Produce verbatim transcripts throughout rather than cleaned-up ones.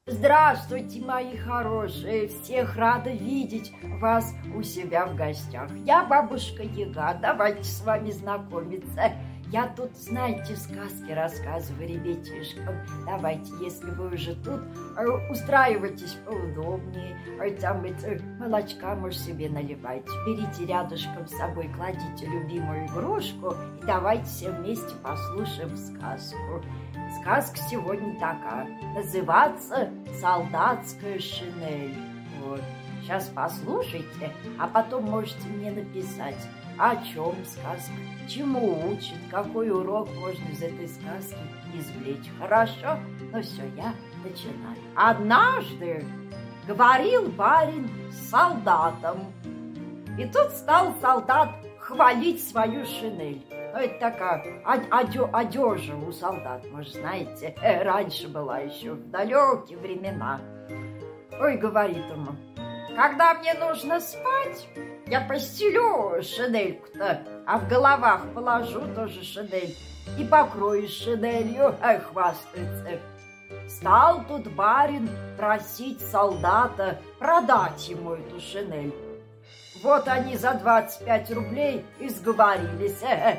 Здравствуйте, мои хорошие! Всех рада видеть вас у себя в гостях. Я бабушка Яга, давайте с вами знакомиться. Я тут, знаете, сказки рассказываю ребятишкам. Давайте, если вы уже тут, устраивайтесь поудобнее. Там это, молочка, может, себе наливайте. Берите рядышком с собой, кладите любимую игрушку. И давайте все вместе послушаем сказку. Сказка сегодня такая. Называется «Солдатская шинель». Вот. Сейчас послушайте, а потом можете мне написать, о чем сказка, чему учит, какой урок можно из этой сказки извлечь. Хорошо? Ну все, я начинаю. Однажды говорил барин с солдатом. И тут стал солдат хвалить свою шинель. Ну, это такая одежа у солдат, может, знаете, раньше была еще, в далекие времена. Ой, говорит ему, когда мне нужно спать, я постелю шинельку-то, а в головах положу тоже шинель и покрою шинелью, ай, хвастается. Стал тут барин просить солдата продать ему эту шинель. Вот они за двадцать пять рублей и сговорились.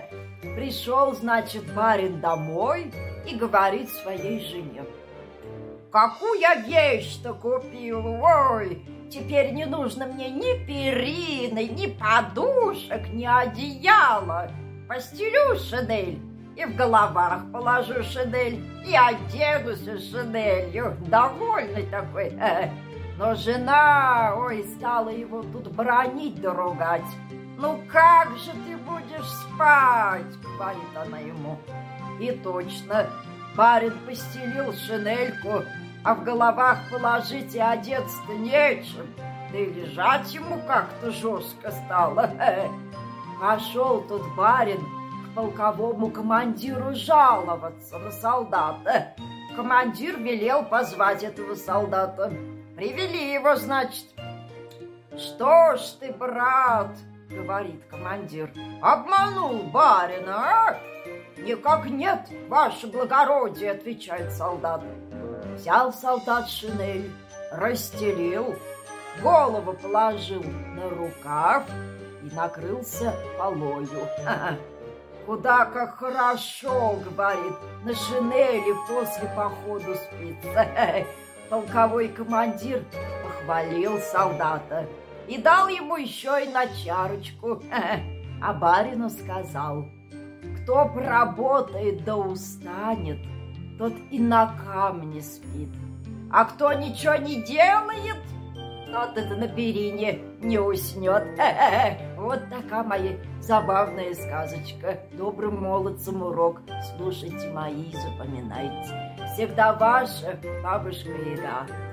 Пришел, значит, барин домой и говорит своей жене: какую я вещь-то купил, ой, теперь не нужно мне ни перины, ни подушек, ни одеяла. Постелю шинель и в головах положу шинель, и оденусь шинелью, довольный такой. Но жена, ой, стала его тут бранить да ругать. Ну как же ты будешь спать, говорит она ему. И точно, барин постелил шинельку, а в головах положить и одеться-то нечем. Да и лежать ему как-то жестко стало. Пошел тут барин к полковому командиру жаловаться на солдата. Командир велел позвать этого солдата. Привели его, значит. Что ж ты, брат, говорит командир, обманул барина, а? Никак нет, ваше благородие, отвечает солдат. Взял солдат шинель, расстелил, голову положил на рукав и накрылся полою. Куда как хорошо, говорит, на шинели после походу спится. Полковой командир похвалил солдата и дал ему еще и на чарочку. А барину сказал: кто поработает да устанет, тот и на камне спит. А кто ничего не делает, тот это на перине не уснет. Вот такая моя забавная сказочка. Добрым молодцам урок. Слушайте мои и запоминайте. Всегда ваша бабушка Яга.